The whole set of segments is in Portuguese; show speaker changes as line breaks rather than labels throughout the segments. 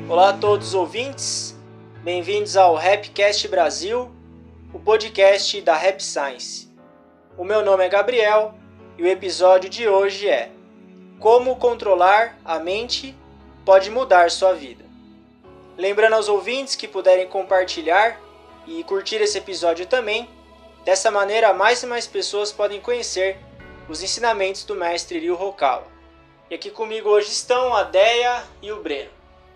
Olá a todos os ouvintes, bem-vindos ao Rapcast Brasil, o podcast da Rap Science. O meu nome é Gabriel e o episódio de hoje é Como controlar a mente pode mudar sua vida. Lembrando aos ouvintes que puderem compartilhar e curtir esse episódio também, dessa maneira mais e mais pessoas podem conhecer os ensinamentos do mestre Ryu Hokawa. E aqui comigo hoje estão a Deia e o Breno.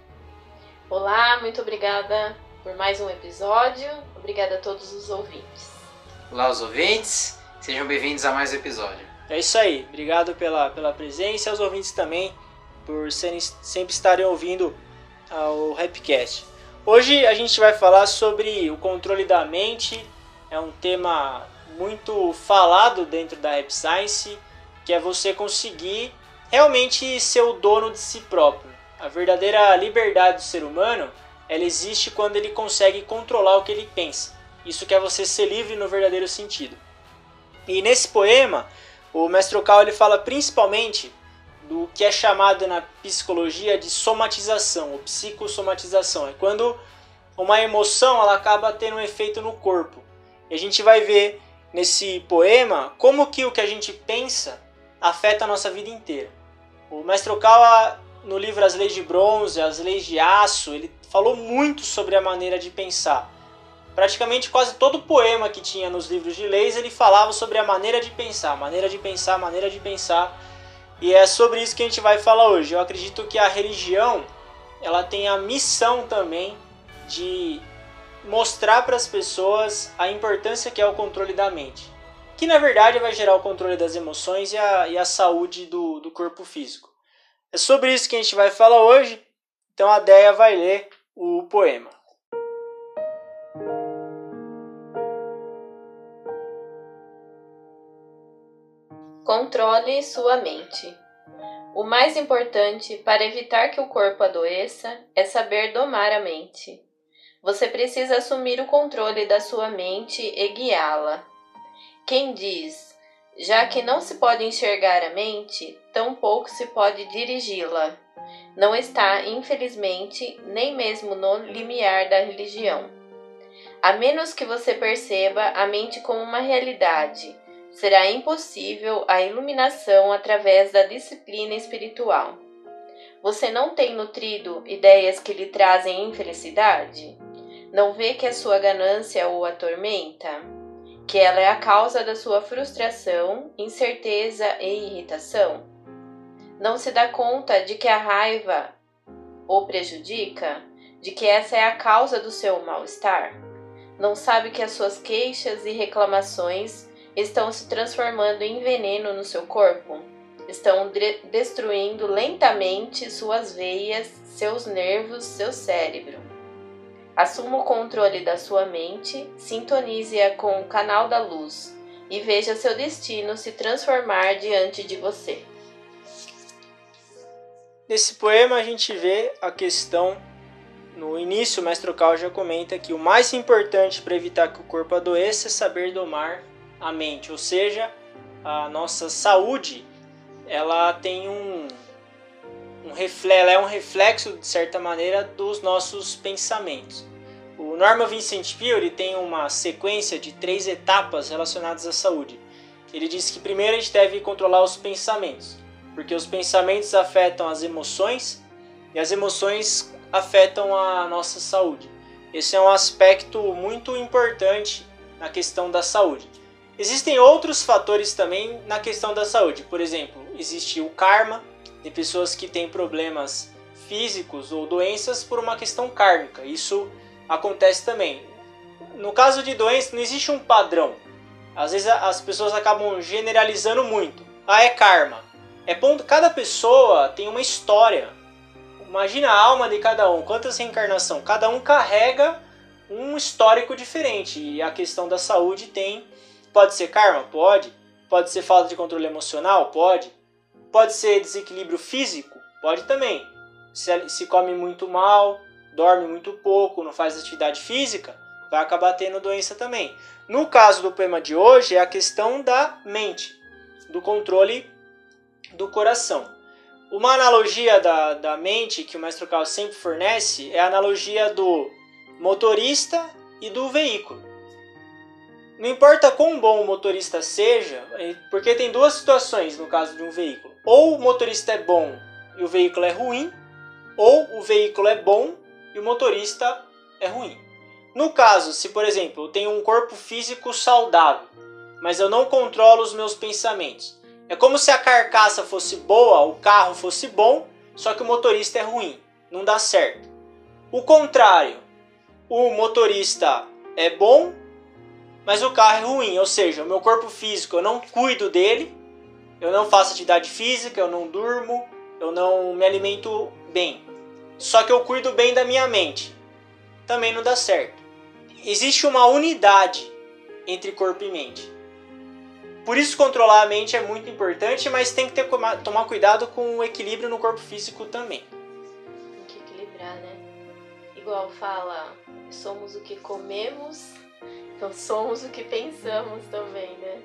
Olá, muito obrigada por mais um episódio. Obrigada a todos os ouvintes.
Olá, os ouvintes. Sejam bem-vindos a mais um episódio.
É isso aí. Obrigado pela presença e aos ouvintes também por sempre estarem ouvindo o Rapcast. Hoje a gente vai falar sobre o controle da mente. É um tema muito falado dentro da Rap Science, que é você conseguir realmente ser o dono de si próprio. A verdadeira liberdade do ser humano, ela existe quando ele consegue controlar o que ele pensa. Isso que é você ser livre no verdadeiro sentido. E nesse poema, o mestre Hokawa ele fala principalmente do que é chamado na psicologia de somatização, ou psicossomatização. É quando uma emoção ela acaba tendo um efeito no corpo. E a gente vai ver nesse poema como que o que a gente pensa afeta a nossa vida inteira. O mestre Hokawa, no livro As Leis de Bronze, As Leis de Aço, ele falou muito sobre a maneira de pensar. Praticamente quase todo poema que tinha nos livros de leis, ele falava sobre a maneira de pensar, maneira de pensar, maneira de pensar. E é sobre isso que a gente vai falar hoje. Eu acredito que a religião, ela tem a missão também de mostrar para as pessoas a importância que é o controle da mente. Que na verdade vai gerar o controle das emoções e a saúde do corpo físico. É sobre isso que a gente vai falar hoje. Então a Deia vai ler o poema.
Controle sua mente. O mais importante para evitar que o corpo adoeça é saber domar a mente. Você precisa assumir o controle da sua mente e guiá-la. Quem diz, já que não se pode enxergar a mente, tampouco se pode dirigi-la. Não está, infelizmente, nem mesmo no limiar da religião. A menos que você perceba a mente como uma realidade, será impossível a iluminação através da disciplina espiritual. Você não tem nutrido ideias que lhe trazem infelicidade? Não vê que a sua ganância o atormenta? Que ela é a causa da sua frustração, incerteza e irritação? Não se dá conta de que a raiva o prejudica? De que essa é a causa do seu mal-estar? Não sabe que as suas queixas e reclamações estão se transformando em veneno no seu corpo? Estão destruindo lentamente suas veias, seus nervos, seu cérebro. Assuma o controle da sua mente, sintonize-a com o canal da luz e veja seu destino se transformar diante de você.
Nesse poema a gente vê a questão, no início o mestre Hokawa já comenta que o mais importante para evitar que o corpo adoeça é saber domar a mente, ou seja, a nossa saúde ela tem ela é um reflexo, de certa maneira, dos nossos pensamentos. O Norman Vincent Peale ele tem uma sequência de 3 etapas relacionadas à saúde. Ele diz que primeiro a gente deve controlar os pensamentos, porque os pensamentos afetam as emoções e as emoções afetam a nossa saúde. Esse é um aspecto muito importante na questão da saúde. Existem outros fatores também na questão da saúde. Por exemplo, existe o karma, de pessoas que têm problemas físicos ou doenças por uma questão kármica. Isso acontece também. No caso de doença, não existe um padrão. Às vezes as pessoas acabam generalizando muito. É karma. Cada pessoa tem uma história. Imagina a alma de cada um, quantas reencarnações. Cada um carrega um histórico diferente. E a questão da saúde pode ser karma? Pode. Pode ser falta de controle emocional? Pode. Pode ser desequilíbrio físico? Pode também. Se come muito mal, dorme muito pouco, não faz atividade física, vai acabar tendo doença também. No caso do poema de hoje, é a questão da mente, do controle do coração. Uma analogia da mente que o Mestre Carlos sempre fornece é a analogia do motorista e do veículo. Não importa quão bom o motorista seja, porque tem duas situações no caso de um veículo. Ou o motorista é bom e o veículo é ruim, ou o veículo é bom e o motorista é ruim. No caso, se por exemplo eu tenho um corpo físico saudável, mas eu não controlo os meus pensamentos, é como se a carcaça fosse boa, o carro fosse bom, só que o motorista é ruim, não dá certo. O contrário, o motorista é bom, mas o carro é ruim, ou seja, o meu corpo físico eu não cuido dele, eu não faço atividade física, eu não durmo, eu não me alimento bem. Só que eu cuido bem da minha mente. Também não dá certo. Existe uma unidade entre corpo e mente. Por isso controlar a mente é muito importante, mas tem que tomar cuidado com o equilíbrio no corpo físico também.
Tem que equilibrar, né? Igual fala, somos o que comemos, então somos o que pensamos também, né?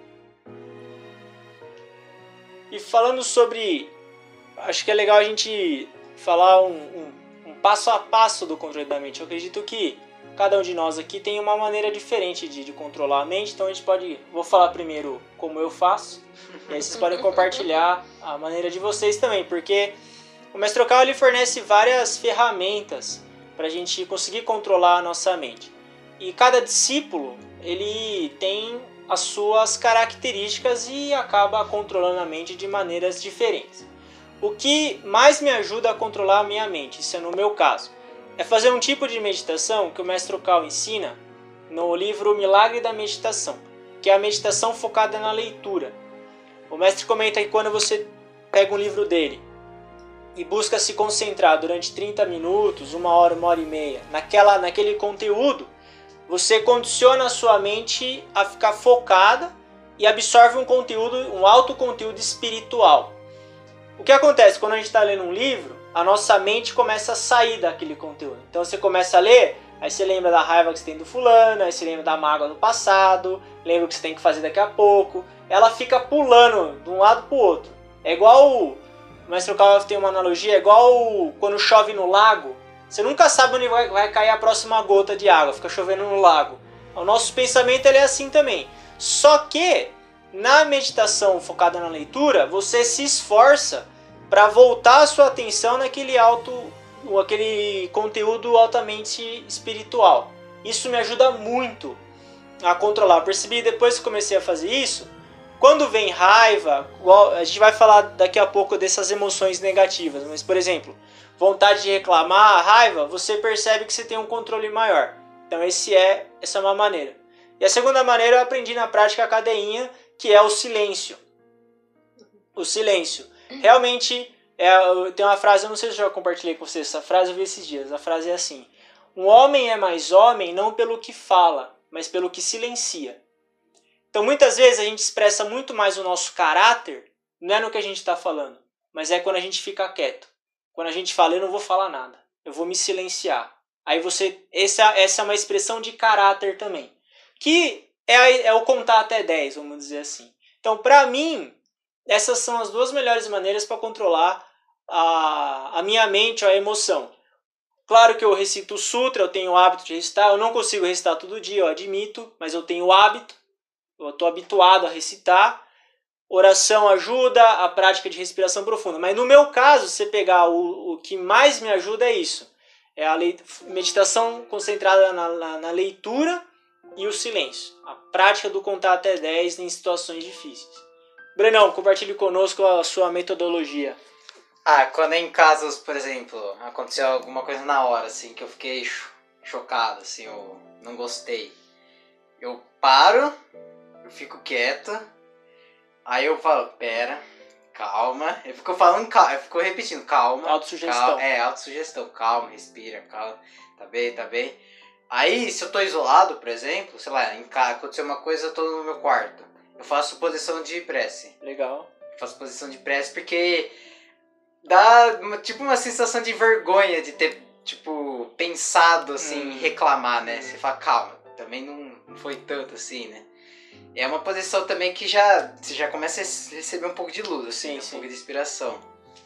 E falando sobre... Acho que é legal a gente falar um passo a passo do controle da mente. Eu acredito que cada um de nós aqui tem uma maneira diferente de controlar a mente, então a gente pode... Vou falar primeiro como eu faço, e aí vocês podem compartilhar a maneira de vocês também, porque o Mestre Okal ele fornece várias ferramentas para a gente conseguir controlar a nossa mente. E cada discípulo ele tem as suas características e acaba controlando a mente de maneiras diferentes. O que mais me ajuda a controlar a minha mente, isso é no meu caso, é fazer um tipo de meditação que o Mestre Okal ensina no livro O Milagre da Meditação, que é a meditação focada na leitura. O mestre comenta que quando você pega um livro dele e busca se concentrar durante 30 minutos, 1 hora e meia, naquele conteúdo, você condiciona a sua mente a ficar focada e absorve um alto conteúdo espiritual. O que acontece quando a gente está lendo um livro? A nossa mente começa a sair daquele conteúdo. Então você começa a ler, aí você lembra da raiva que você tem do fulano, aí você lembra da mágoa do passado, lembra o que você tem que fazer daqui a pouco. Ela fica pulando de um lado para o outro. É igual, o Mestre Okal tem uma analogia, é igual quando chove no lago. Você nunca sabe onde vai cair a próxima gota de água, fica chovendo no lago. O nosso pensamento ele é assim também. Só que na meditação focada na leitura, você se esforça para voltar a sua atenção aquele conteúdo altamente espiritual. Isso me ajuda muito a controlar. Eu percebi depois que comecei a fazer isso, quando vem raiva, a gente vai falar daqui a pouco dessas emoções negativas, mas por exemplo, vontade de reclamar, raiva, você percebe que você tem um controle maior. Então essa é uma maneira. E a segunda maneira eu aprendi na prática a cadeinha, que é o silêncio. O silêncio. Realmente, tem uma frase, eu não sei se eu já compartilhei com vocês essa frase, eu vi esses dias. A frase é assim: um homem é mais homem não pelo que fala, mas pelo que silencia. Então muitas vezes a gente expressa muito mais o nosso caráter, não é no que a gente está falando, mas é quando a gente fica quieto. Quando a gente fala, eu não vou falar nada, eu vou me silenciar. Aí essa é uma expressão de caráter também, que é o contar até 10, vamos dizer assim. Então, para mim, essas são as duas melhores maneiras para controlar a minha mente, a emoção. Claro que eu recito o sutra, eu tenho o hábito de recitar, eu não consigo recitar todo dia, eu admito, mas eu tenho o hábito, eu estou habituado a recitar. Oração ajuda, a prática de respiração profunda. Mas no meu caso, você pegar o que mais me ajuda é isso. É a meditação concentrada na leitura e o silêncio. A prática do contar até 10 em situações difíceis. Brenão, compartilhe conosco a sua metodologia.
Quando em casos, por exemplo, aconteceu alguma coisa na hora, assim, que eu fiquei chocado, assim, eu não gostei. Eu paro, eu fico quieto, aí eu falo, pera, calma. Eu fico repetindo, calma.
Autossugestão.
Autossugestão, calma, respira, calma, tá bem. Aí, se eu tô isolado, por exemplo, sei lá, aconteceu uma coisa, eu tô no meu quarto, eu faço posição de prece.
Legal.
Eu faço posição de prece porque dá tipo uma sensação de vergonha de ter, tipo, pensado assim, em reclamar, né? Você fala, calma, também não foi tanto assim, né? É uma posição também que você já começa a receber um pouco de luz, assim, um pouco de inspiração.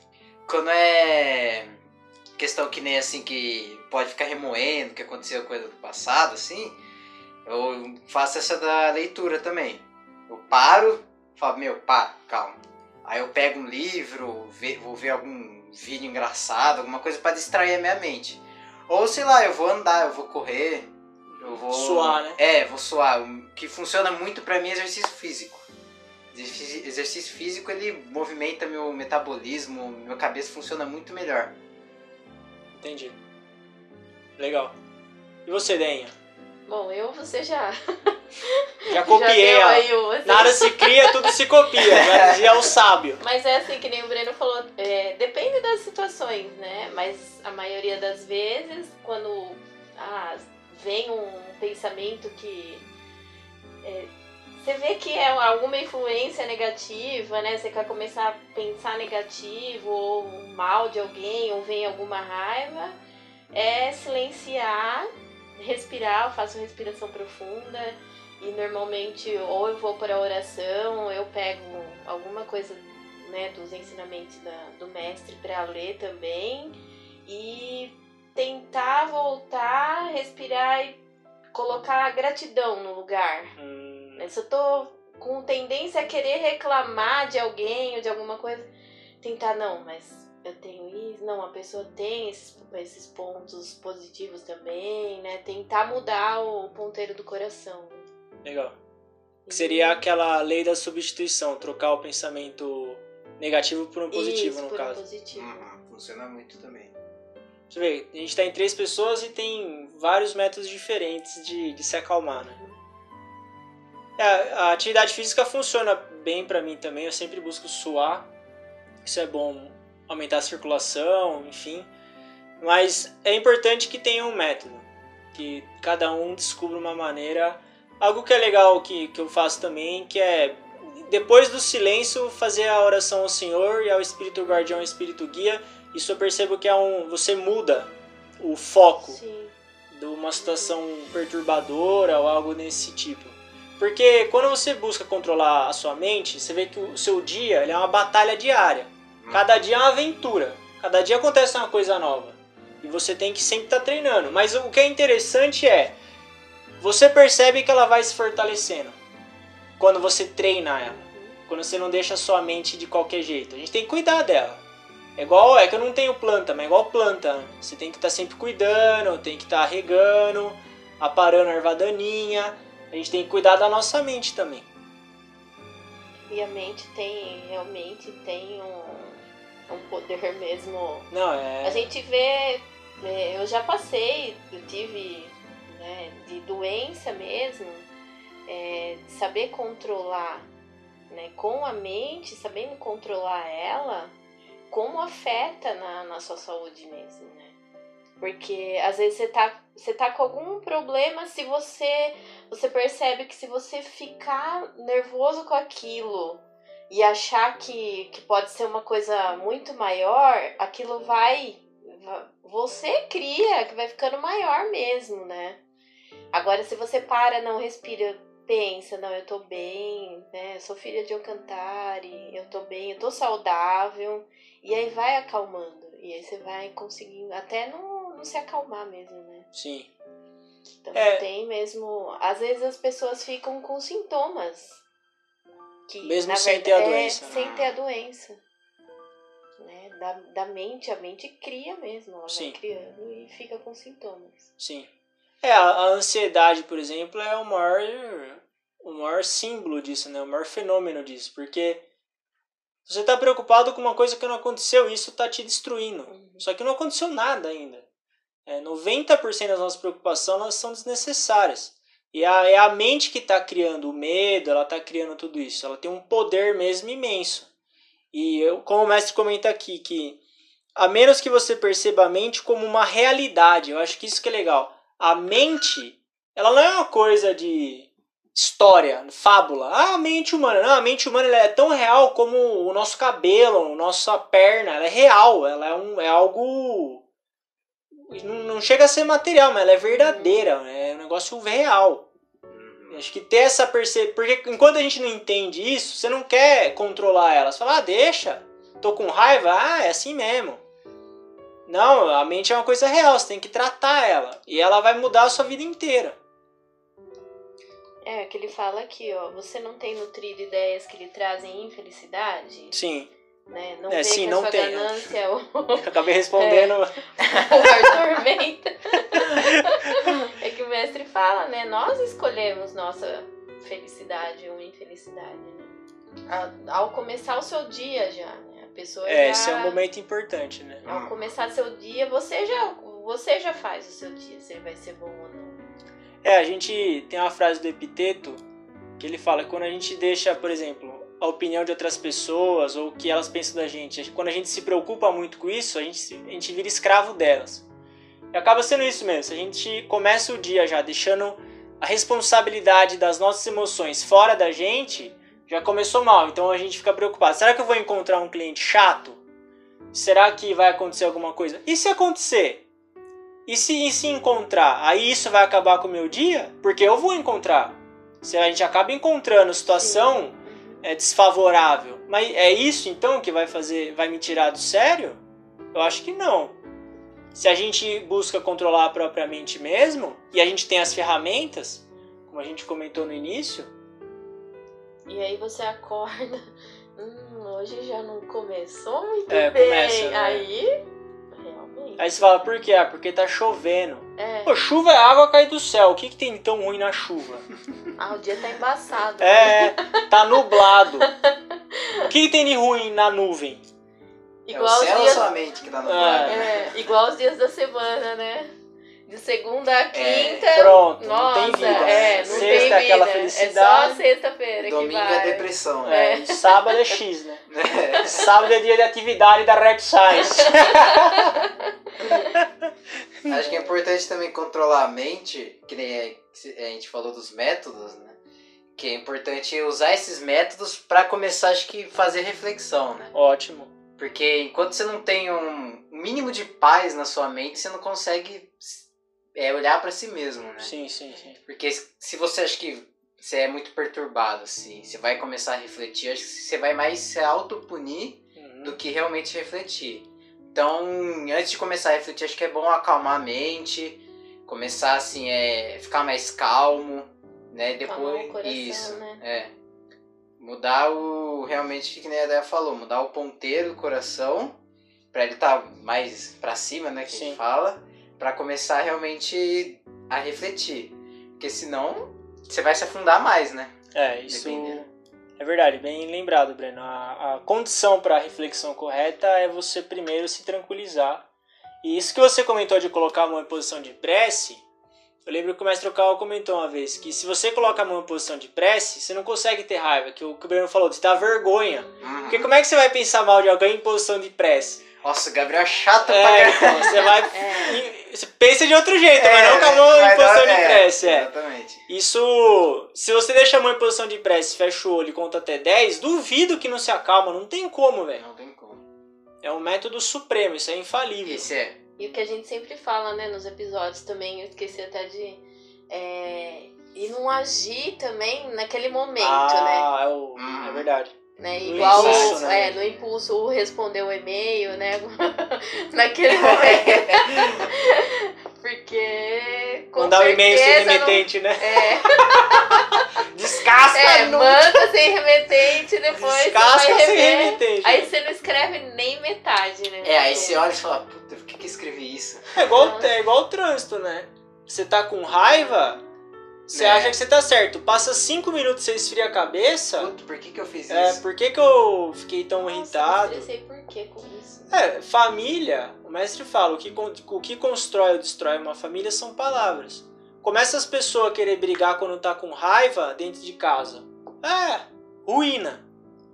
quando é questão que nem assim, que pode ficar remoendo, que aconteceu coisa do passado, assim, eu faço essa da leitura também. Eu paro, falo, calma. Aí eu pego um livro, vou ver algum vídeo engraçado, alguma coisa pra distrair a minha mente. Ou sei lá, eu vou andar, eu vou correr, eu vou...
Suar, né?
Vou suar. O que funciona muito pra mim é exercício físico. Exercício físico, ele movimenta meu metabolismo, minha cabeça funciona muito melhor.
Entendi. Legal. E você, Denha?
Bom, você já
copiei.
Já deu aí
nada se cria, tudo se copia. Já dizia o sábio.
Mas é assim, que nem o Breno falou, depende das situações, né? Mas a maioria das vezes, quando vem um pensamento que... você vê que é alguma influência negativa, né? Você quer começar a pensar negativo ou mal de alguém, ou vem alguma raiva, silenciar, respirar. Eu faço respiração profunda e normalmente ou eu vou para a oração, ou eu pego alguma coisa, né, dos ensinamentos do mestre para ler também e tentar voltar, respirar e colocar a gratidão no lugar. Se eu tô com tendência a querer reclamar de alguém ou de alguma coisa, tentar, não, mas eu tenho isso, não, a pessoa tem esses pontos positivos também, né? Tentar mudar o ponteiro do coração.
Legal. Que seria aquela lei da substituição, trocar o pensamento negativo por um positivo,
isso,
no
por
caso.
Um positivo.
Funciona muito também.
Você vê, a gente tá em 3 pessoas e tem vários métodos diferentes de se acalmar, né? A atividade física funciona bem pra mim também, eu sempre busco suar. Isso é bom, aumentar a circulação, enfim. Mas é importante que tenha um método, que cada um descubra uma maneira. Algo que é legal que eu faço também, que é, depois do silêncio, fazer a oração ao Senhor e ao Espírito Guardião e Espírito Guia. Isso eu percebo que você muda o foco.
Sim.
De uma situação perturbadora ou algo nesse tipo. Porque quando você busca controlar a sua mente, você vê que o seu dia ele é uma batalha diária. Cada dia é uma aventura. Cada dia acontece uma coisa nova. E você tem que sempre estar treinando. Mas o que é interessante é, você percebe que ela vai se fortalecendo quando você treina ela. Quando você não deixa a sua mente de qualquer jeito. A gente tem que cuidar dela. É que eu não tenho planta, mas é igual planta. Né? Você tem que estar sempre cuidando, tem que estar regando, aparando a erva daninha. A gente tem que cuidar da nossa mente também.
E a mente realmente tem um poder mesmo.
Não, é...
A gente vê, eu já passei, eu tive, né, de doença mesmo, saber controlar, né, com a mente, sabendo controlar ela, como afeta na sua saúde mesmo, né? Porque às vezes você tá com algum problema, se você percebe que se você ficar nervoso com aquilo e achar que pode ser uma coisa muito maior, aquilo você cria, que vai ficando maior mesmo, né? Agora se você para, não respira, pensa, não, eu tô bem, né? Eu sou filha de Alcantara, eu tô bem, eu tô saudável, e aí vai acalmando, e aí você vai conseguindo até não se acalmar mesmo, né?
Sim.
Então tem mesmo... Às vezes as pessoas ficam com sintomas. Que,
mesmo sem ter a doença.
Sem ter a doença. Né? Da mente, a mente cria mesmo. Ela
Sim.
vai criando e fica com sintomas.
Sim. A ansiedade, por exemplo, é o maior símbolo disso, né? O maior fenômeno disso. Porque você está preocupado com uma coisa que não aconteceu e isso está te destruindo. Só que não aconteceu nada ainda. 90% das nossas preocupações elas são desnecessárias. E é a mente que está criando o medo, ela está criando tudo isso. Ela tem um poder mesmo imenso. E como o mestre comenta aqui, que a menos que você perceba a mente como uma realidade, eu acho que isso que é legal. A mente, ela não é uma coisa de história, fábula. A mente humana. Não, a mente humana ela é tão real como o nosso cabelo, a nossa perna. Ela é real, ela é algo... Não chega a ser material, mas ela é verdadeira, é um negócio real. Acho que ter essa percepção... Porque enquanto a gente não entende isso, você não quer controlar ela. Você fala, deixa. Tô com raiva? Ah, é assim mesmo. Não, a mente é uma coisa real, você tem que tratar ela. E ela vai mudar a sua vida inteira.
É, que ele fala aqui, ó. Você não tem nutrido ideias que lhe trazem infelicidade?
Sim.
Né? Não
É,
vê
sim,
que
não
a sua
tem.
ganância é o
Acabei respondendo.
o ar tormenta. É que o mestre fala, né? Nós escolhemos nossa felicidade ou infelicidade, né? Ao começar o seu dia já, né? A pessoa já...
Esse é um momento importante, né?
Ao começar seu dia, você já faz o seu dia, se ele vai ser bom ou não.
A gente tem uma frase do Epiteto que ele fala que quando a gente deixa, por exemplo, a opinião de outras pessoas ou o que elas pensam da gente, quando a gente se preocupa muito com isso, a gente vira escravo delas. E acaba sendo isso mesmo. Se a gente começa o dia já deixando a responsabilidade das nossas emoções fora da gente, já começou mal. Então a gente fica preocupado. Será que eu vou encontrar um cliente chato? Será que vai acontecer alguma coisa? E se acontecer? E se encontrar? Aí isso vai acabar com o meu dia? Porque eu vou encontrar. Se a gente acaba encontrando situação desfavorável. Mas é isso então que vai me tirar do sério? Eu acho que não. Se a gente busca controlar a própria mente mesmo, e a gente tem as ferramentas, como a gente comentou no início.
E aí você acorda, hoje já não começou muito
bem. Começa, né?
Aí, realmente.
Aí você fala, por quê? Ah, porque tá chovendo.
Pô,
chuva é água cair do céu. O que tem de tão ruim na chuva?
O dia tá embaçado.
Tá nublado. O que tem de ruim na nuvem?
Igual
o céu
os dias...
ou sua mente que tá nublado?
Igual os dias da semana, né? De segunda a quinta.
Pronto,
nossa,
não tem vida.
Não
sexta
tem vida.
é aquela felicidade.
É só sexta-feira que
Domingo
vai.
é depressão, né?
Sábado é X, né? Sábado é dia de atividade da Red Science.
Acho que é importante também controlar a mente, que nem a gente falou dos métodos, né? Que é importante usar esses métodos para começar, acho que, fazer reflexão, né?
Ótimo.
Porque enquanto você não tem um mínimo de paz na sua mente, você não consegue olhar para si mesmo, né?
Sim.
Porque se você acha que você é muito perturbado, assim, você vai começar a refletir, acho que você vai mais se autopunir do que realmente refletir. Então, antes de começar a refletir, acho que é bom acalmar a mente, começar, assim, ficar mais calmo, né? Depois,
o coração,
isso,
né?
Mudar realmente, que nem a Déia falou, mudar o ponteiro do coração, pra ele estar mais pra cima, né, que a gente fala, pra começar realmente a refletir. Porque senão, você vai se afundar mais, né?
Isso é verdade, bem lembrado, Breno. A condição para a reflexão correta é você primeiro se tranquilizar. E isso que você comentou de colocar a mão em posição de prece, eu lembro que o mestre Okawa comentou uma vez que se você coloca a mão em posição de prece, você não consegue ter raiva, que o Breno falou, de dar vergonha. Porque como é que você vai pensar mal de alguém em posição de prece?
Nossa, o Gabriel é chato pra caramba.
Então, você vai... Você pensa de outro jeito, mas não com a mão em posição de prece.
Exatamente.
Isso, se você deixa a mão em posição de prece, fecha o olho e conta até 10, duvido que não se acalma, não tem como, velho.
Não tem como.
É um método supremo, isso é infalível.
Isso é.
E o que a gente sempre fala, né, nos episódios também, eu esqueci até de... E não agir também naquele momento, né?
É verdade.
Né?
No
Igual
impulso, né?
no impulso responder o e-mail, né? Naquele momento. Porque com
mandar o e-mail sem
certeza
remetente, né?
Descasca manda sem remetente, depois
descasca
você vai
sem
rever.
remetente.
Aí você não escreve nem metade, né?
Aí você olha e fala, puta, por que eu escrevi isso?
É igual o trânsito, né? Você tá com raiva, você acha que você tá certo. Passa 5 minutos, você esfria a cabeça.
Puta, por que eu fiz isso?
Por que eu fiquei tão irritado?
Eu não sei por que com isso.
Família, o mestre fala, o que constrói ou destrói uma família são palavras. Começa as pessoas a querer brigar quando tá com raiva dentro de casa. Ruína.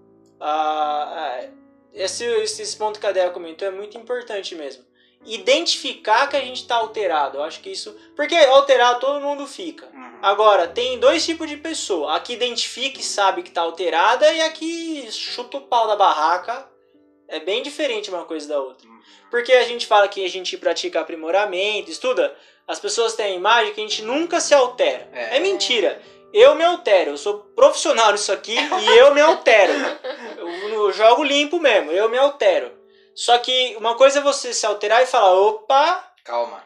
Esse ponto que a Déia comentou é muito importante mesmo. Identificar que a gente tá alterado. Eu acho que isso... Porque alterado todo mundo fica. Agora, tem 2 tipos de pessoa. A que identifica e sabe que tá alterada e a que chuta o pau da barraca. É bem diferente uma coisa da outra. Porque a gente fala que a gente pratica aprimoramento, estuda. As pessoas têm a imagem que a gente nunca se altera. É mentira. Eu me altero. Eu sou profissional nisso aqui e eu me altero. jogo limpo mesmo, eu me altero. Só que uma coisa é você se alterar e falar, opa...
Calma.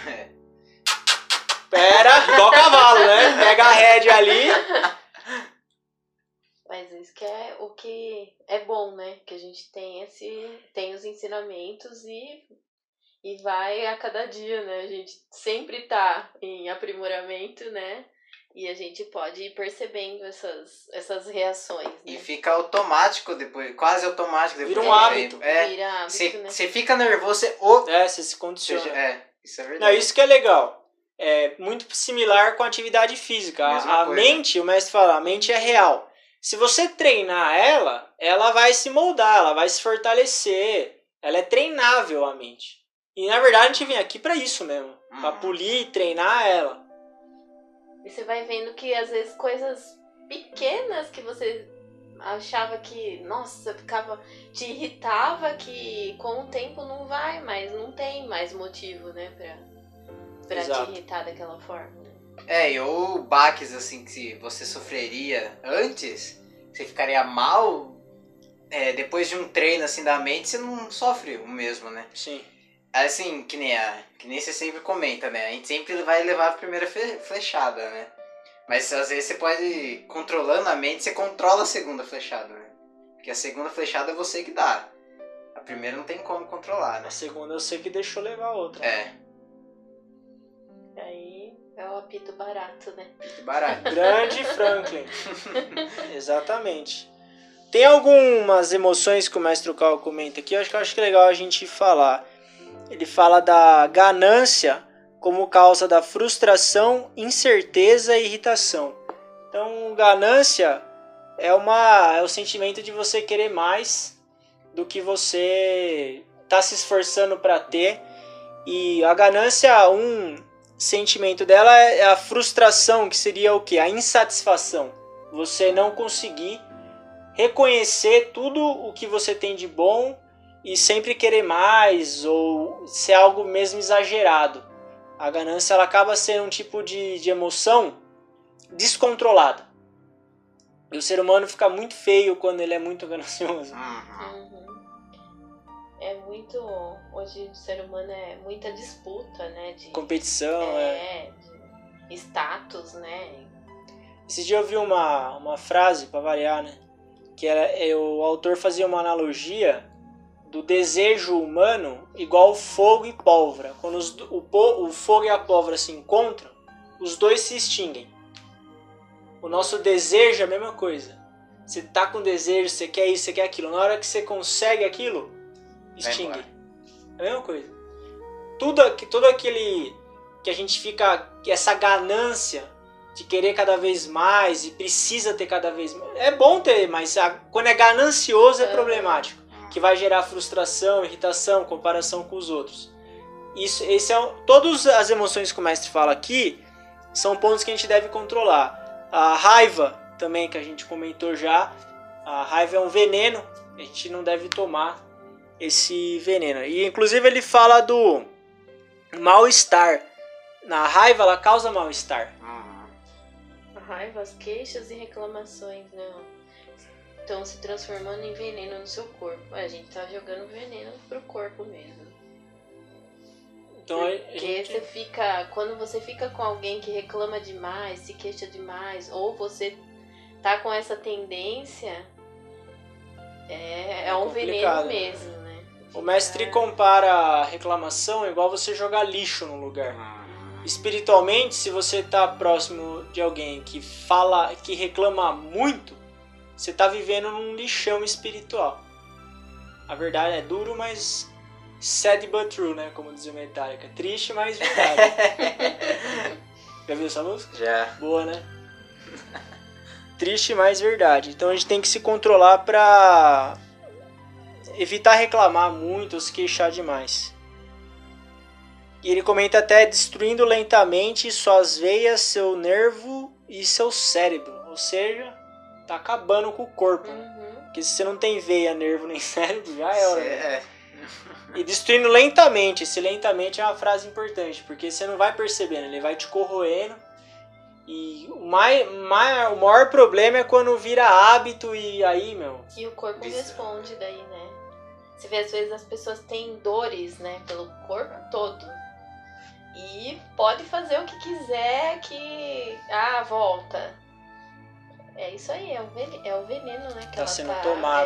Pera, igual cavalo, né? Pega a rédea ali.
Mas isso que é o que é bom, né? Que a gente tem os ensinamentos e vai a cada dia, né? A gente sempre tá em aprimoramento, né? E a gente pode ir percebendo essas reações, né?
E fica automático depois, quase automático depois.
Vira um hábito.
Vira hábito, né?
Você fica nervoso,
Você se condiciona.
Isso é
Não,
verdade.
isso que é legal. É muito similar com a atividade física. A mente, o mestre fala, a mente é real. Se você treinar ela vai se moldar, ela vai se fortalecer. Ela é treinável, a mente. E na verdade a gente vem aqui pra isso mesmo. Pra polir e treinar ela.
E você vai vendo que às vezes coisas pequenas que você achava que, nossa, te irritava, que com o tempo não vai mais, não tem mais motivo, né, pra
Exato.
te irritar daquela forma.
Ou baques assim que você sofreria antes, você ficaria mal, depois de um treino assim da mente, você não sofre o mesmo, né?
Sim.
Assim, que nem você sempre comenta, né? A gente sempre vai levar a primeira flechada, né? Mas às vezes você pode, controlando a mente, você controla a segunda flechada, né? Porque a segunda flechada é você que dá. A primeira não tem como controlar, né?
A segunda eu sei que deixou levar a outra.
Aí é o apito barato, né?
Barato.
Grande Franklin. Exatamente. Tem algumas emoções que o Mestre Cal comenta aqui, eu acho que é legal a gente falar. Ele fala da ganância como causa da frustração, incerteza e irritação. Então, ganância é o sentimento de você querer mais do que você está se esforçando para ter. E a ganância, um sentimento dela é a frustração, que seria o quê? A insatisfação. Você não conseguir reconhecer tudo o que você tem de bom e sempre querer mais, ou ser algo mesmo exagerado. A ganância ela acaba sendo um tipo de emoção descontrolada. E o ser humano fica muito feio quando ele é muito ganancioso.
É muito... Hoje o ser humano é muita disputa, né? De
Competição,
de status, né?
Esse dia eu vi uma frase, para variar, né? Que o autor fazia uma analogia do desejo humano igual fogo e pólvora. Quando o fogo e a pólvora se encontram, os dois se extinguem. O nosso desejo é a mesma coisa. Você tá com desejo, você quer isso, você quer aquilo. Na hora que você consegue aquilo, extingue. É a mesma coisa. Tudo aquele que a gente fica... Essa ganância de querer cada vez mais e precisa ter cada vez mais. É bom ter, mas quando é ganancioso é problemático. Que vai gerar frustração, irritação, comparação com os outros. Todas as emoções que o mestre fala aqui são pontos que a gente deve controlar. A raiva também, que a gente comentou já. A raiva é um veneno. A gente não deve tomar esse veneno. E inclusive ele fala do mal-estar. Na raiva ela causa mal-estar.
A raiva, as queixas e reclamações, né? Estão se transformando em veneno no seu corpo. A gente tá jogando veneno pro corpo mesmo.
Então,
Porque quando você fica com alguém que reclama demais, se queixa demais, ou você tá com essa tendência, é um veneno mesmo, né?
O mestre compara a reclamação igual você jogar lixo no lugar. Espiritualmente, se você tá próximo de alguém que reclama muito, você tá vivendo num lixão espiritual. A verdade é duro, mas sad but true, né? Como dizia o Metallica. Triste, mas verdade. Já viu essa música?
Já.
Boa, né? Triste, mas verdade. Então a gente tem que se controlar pra evitar reclamar muito ou se queixar demais. E ele comenta até destruindo lentamente suas veias, seu nervo e seu cérebro. Ou seja, tá acabando com o corpo. Porque se você não tem veia, nervo nem cérebro, já é hora. Né? E destruindo lentamente. Esse lentamente é uma frase importante, porque você não vai percebendo, ele vai te corroendo E o maior problema é quando vira hábito e aí, meu...
E o corpo responde daí, né? Você vê, às vezes as pessoas têm dores, né? Pelo corpo todo. E pode fazer o que quiser que... volta. É isso aí, é o veneno, né? Que
tá
ela
sendo tomado.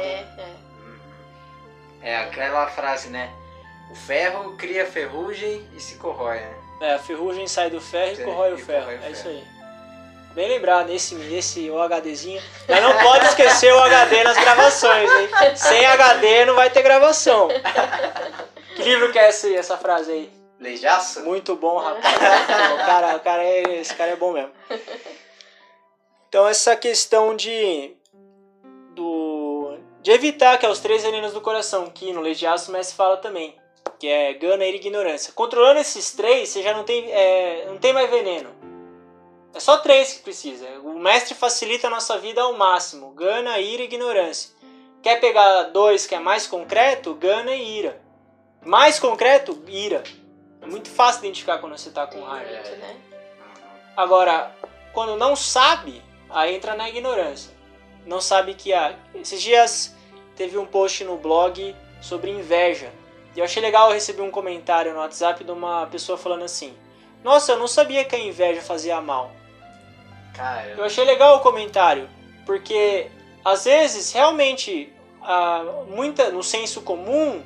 É aquela frase, né? O ferro cria ferrugem e se corrói, né?
A ferrugem sai do ferro e corrói o ferro. É isso aí. Bem lembrado, nesse OHDzinho. Mas não pode esquecer o HD nas gravações, hein? Sem HD não vai ter gravação. Que livro que é essa frase aí?
Leis de Aço?
Muito bom, rapaz. Esse cara é bom mesmo. Então essa questão de evitar que é os 3 venenos do coração, que no Leis de Aço o mestre fala também, que é gana, ira e ignorância. Controlando esses 3, você já não tem mais veneno. É só 3 que precisa. O mestre facilita a nossa vida ao máximo. Gana, ira e ignorância. Quer pegar 2 que é mais concreto? Gana e ira. Mais concreto? Ira. É muito fácil identificar quando você está com raiva.
Né?
Agora, quando não sabe, aí entra na ignorância. Não sabe que esses dias teve um post no blog sobre inveja. E eu achei legal, eu recebi um comentário no WhatsApp de uma pessoa falando assim: nossa, eu não sabia que a inveja fazia mal.
Caramba.
Eu achei legal o comentário, porque às vezes realmente no senso comum,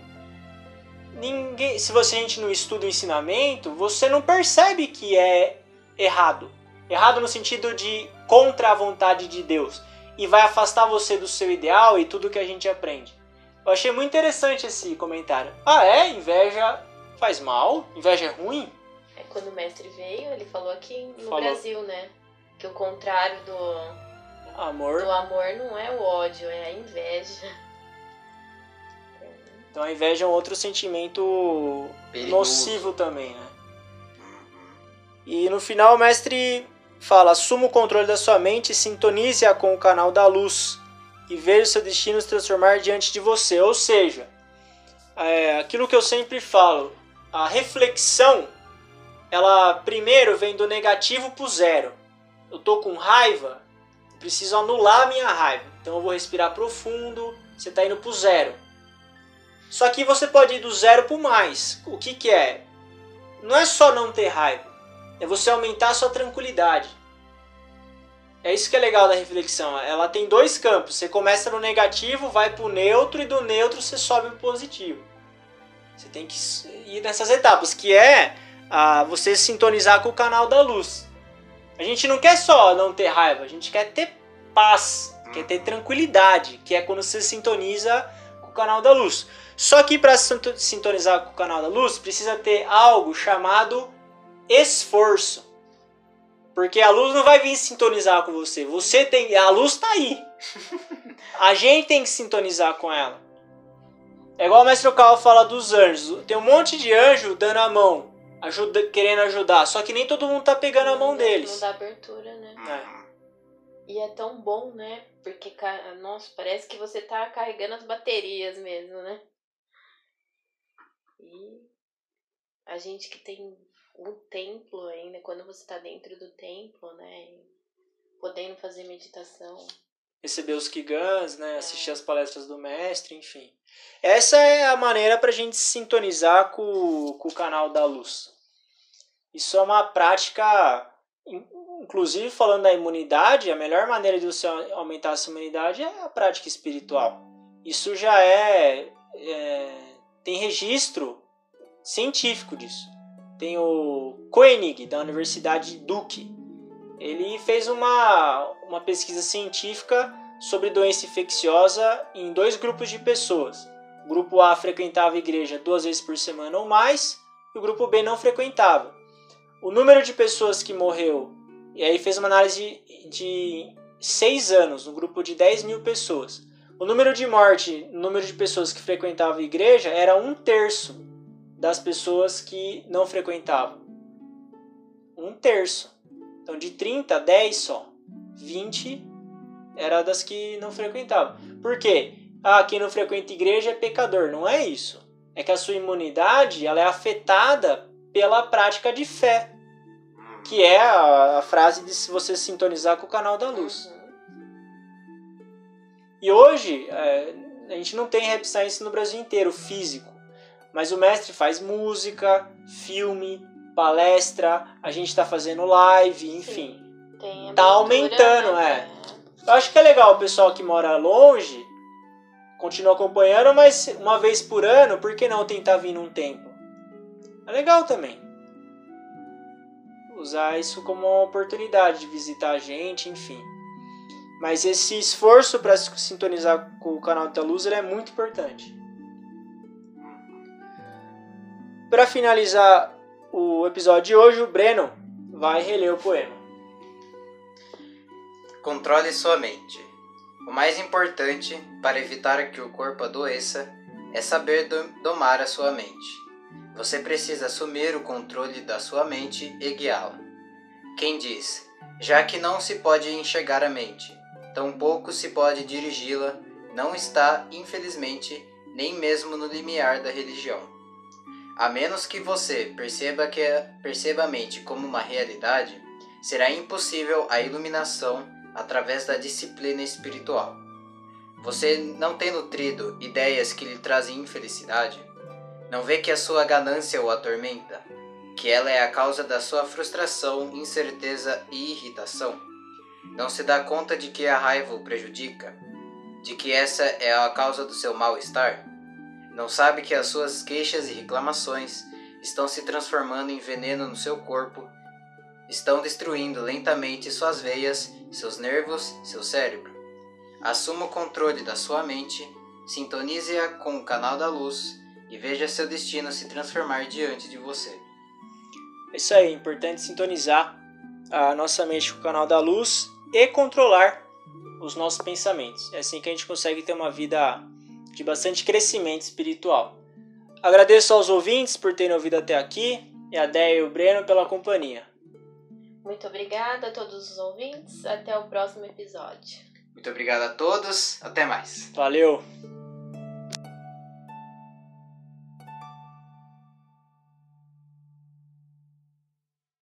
se a gente não estuda o ensinamento, você não percebe que é errado. Errado no sentido de contra a vontade de Deus. E vai afastar você do seu ideal e tudo que a gente aprende. Eu achei muito interessante esse comentário. Inveja faz mal? Inveja é ruim?
Quando o mestre veio, ele falou aqui no Brasil, né? Que o contrário do
amor
não é o ódio, é a inveja.
Então a inveja é um outro sentimento perigoso, nocivo também, né? E no final o mestre fala: assuma o controle da sua mente e sintonize-a com o canal da luz e veja o seu destino se transformar diante de você. Ou seja, aquilo que eu sempre falo, a reflexão, ela primeiro vem do negativo para o zero. Eu tô com raiva, preciso anular a minha raiva. Então eu vou respirar profundo, você está indo para o zero. Só que você pode ir do zero para o mais. O que é? Não é só não ter raiva, é você aumentar a sua tranquilidade. É isso que é legal da reflexão. Ela tem 2 campos. Você começa no negativo, vai para o neutro, e do neutro você sobe para o positivo. Você tem que ir nessas etapas, que é você sintonizar com o canal da luz. A gente não quer só não ter raiva, a gente quer ter paz, quer ter tranquilidade, que é quando você sintoniza com o canal da luz. Só que para sintonizar com o canal da luz, precisa ter algo chamado esforço. Porque a luz não vai vir sintonizar com você. A luz está aí. A gente tem que sintonizar com ela. É igual o Mestre Cal fala dos anjos. Tem um monte de anjo dando a mão, querendo ajudar. Só que nem todo mundo tá pegando a mão deles.
Não dá abertura, né? E é tão bom, né? Porque, nossa, parece que você tá carregando as baterias mesmo, né? E a gente que tem o templo ainda, quando você tá dentro do templo, né? Podendo fazer meditação.
Receber os Kigans, né? Assistir as palestras do mestre, enfim. Essa é a maneira pra gente se sintonizar com o canal da luz. Isso é uma prática, inclusive falando da imunidade, a melhor maneira de você aumentar a sua imunidade é a prática espiritual. Isso já tem registro científico disso. Tem o Koenig, da Universidade Duke. Ele fez uma pesquisa científica sobre doença infecciosa em 2 grupos de pessoas. O grupo A frequentava a igreja 2 vezes por semana ou mais, e o grupo B não frequentava. O número de pessoas que morreu, e aí fez uma análise de 6 anos, no grupo de 10 mil pessoas. O número de morte, o número de pessoas que frequentavam a igreja era 1/3 das pessoas que não frequentavam. 1/3. Então de 30, 10 só. 20 era das que não frequentavam. Por quê? Quem não frequenta igreja é pecador. Não é isso. É que a sua imunidade ela é afetada pela prática de fé. que é a frase de se você sintonizar com o canal da luz. E hoje, a gente não tem Rap Science no Brasil inteiro, físico. Mas o mestre faz música, filme, palestra, a gente tá fazendo live, enfim.
Tem
tá aumentando, Eu acho que é legal o pessoal que mora longe continua acompanhando, mas uma vez por ano, por que não tentar vir num tempo? É legal também. Usar isso como uma oportunidade de visitar a gente, enfim. Mas esse esforço para se sintonizar com o canal da luz é muito importante. Para finalizar o episódio de hoje, o Breno vai reler o poema.
Controle sua mente. O mais importante para evitar que o corpo adoeça é saber domar a sua mente. Você precisa assumir o controle da sua mente e guiá-la. Quem diz, já que não se pode enxergar a mente, tampouco se pode dirigi-la, não está, infelizmente, nem mesmo no limiar da religião. A menos que você perceba a mente como uma realidade, será impossível a iluminação através da disciplina espiritual. Você não tem nutrido ideias que lhe trazem infelicidade? Não vê que a sua ganância o atormenta? Que ela é a causa da sua frustração, incerteza e irritação? Não se dá conta de que a raiva o prejudica? De que essa é a causa do seu mal-estar? Não sabe que as suas queixas e reclamações estão se transformando em veneno no seu corpo, estão destruindo lentamente suas veias, seus nervos, seu cérebro? Assuma o controle da sua mente, sintonize-a com o canal da luz e veja seu destino se transformar diante de você.
É isso aí, é importante sintonizar a nossa mente com o canal da luz e controlar os nossos pensamentos. É assim que a gente consegue ter uma vida de bastante crescimento espiritual. Agradeço aos ouvintes por terem ouvido até aqui e a Déia e o Breno pela companhia.
Muito obrigada a todos os ouvintes. Até o próximo episódio.
Muito obrigado a todos. Até mais.
Valeu!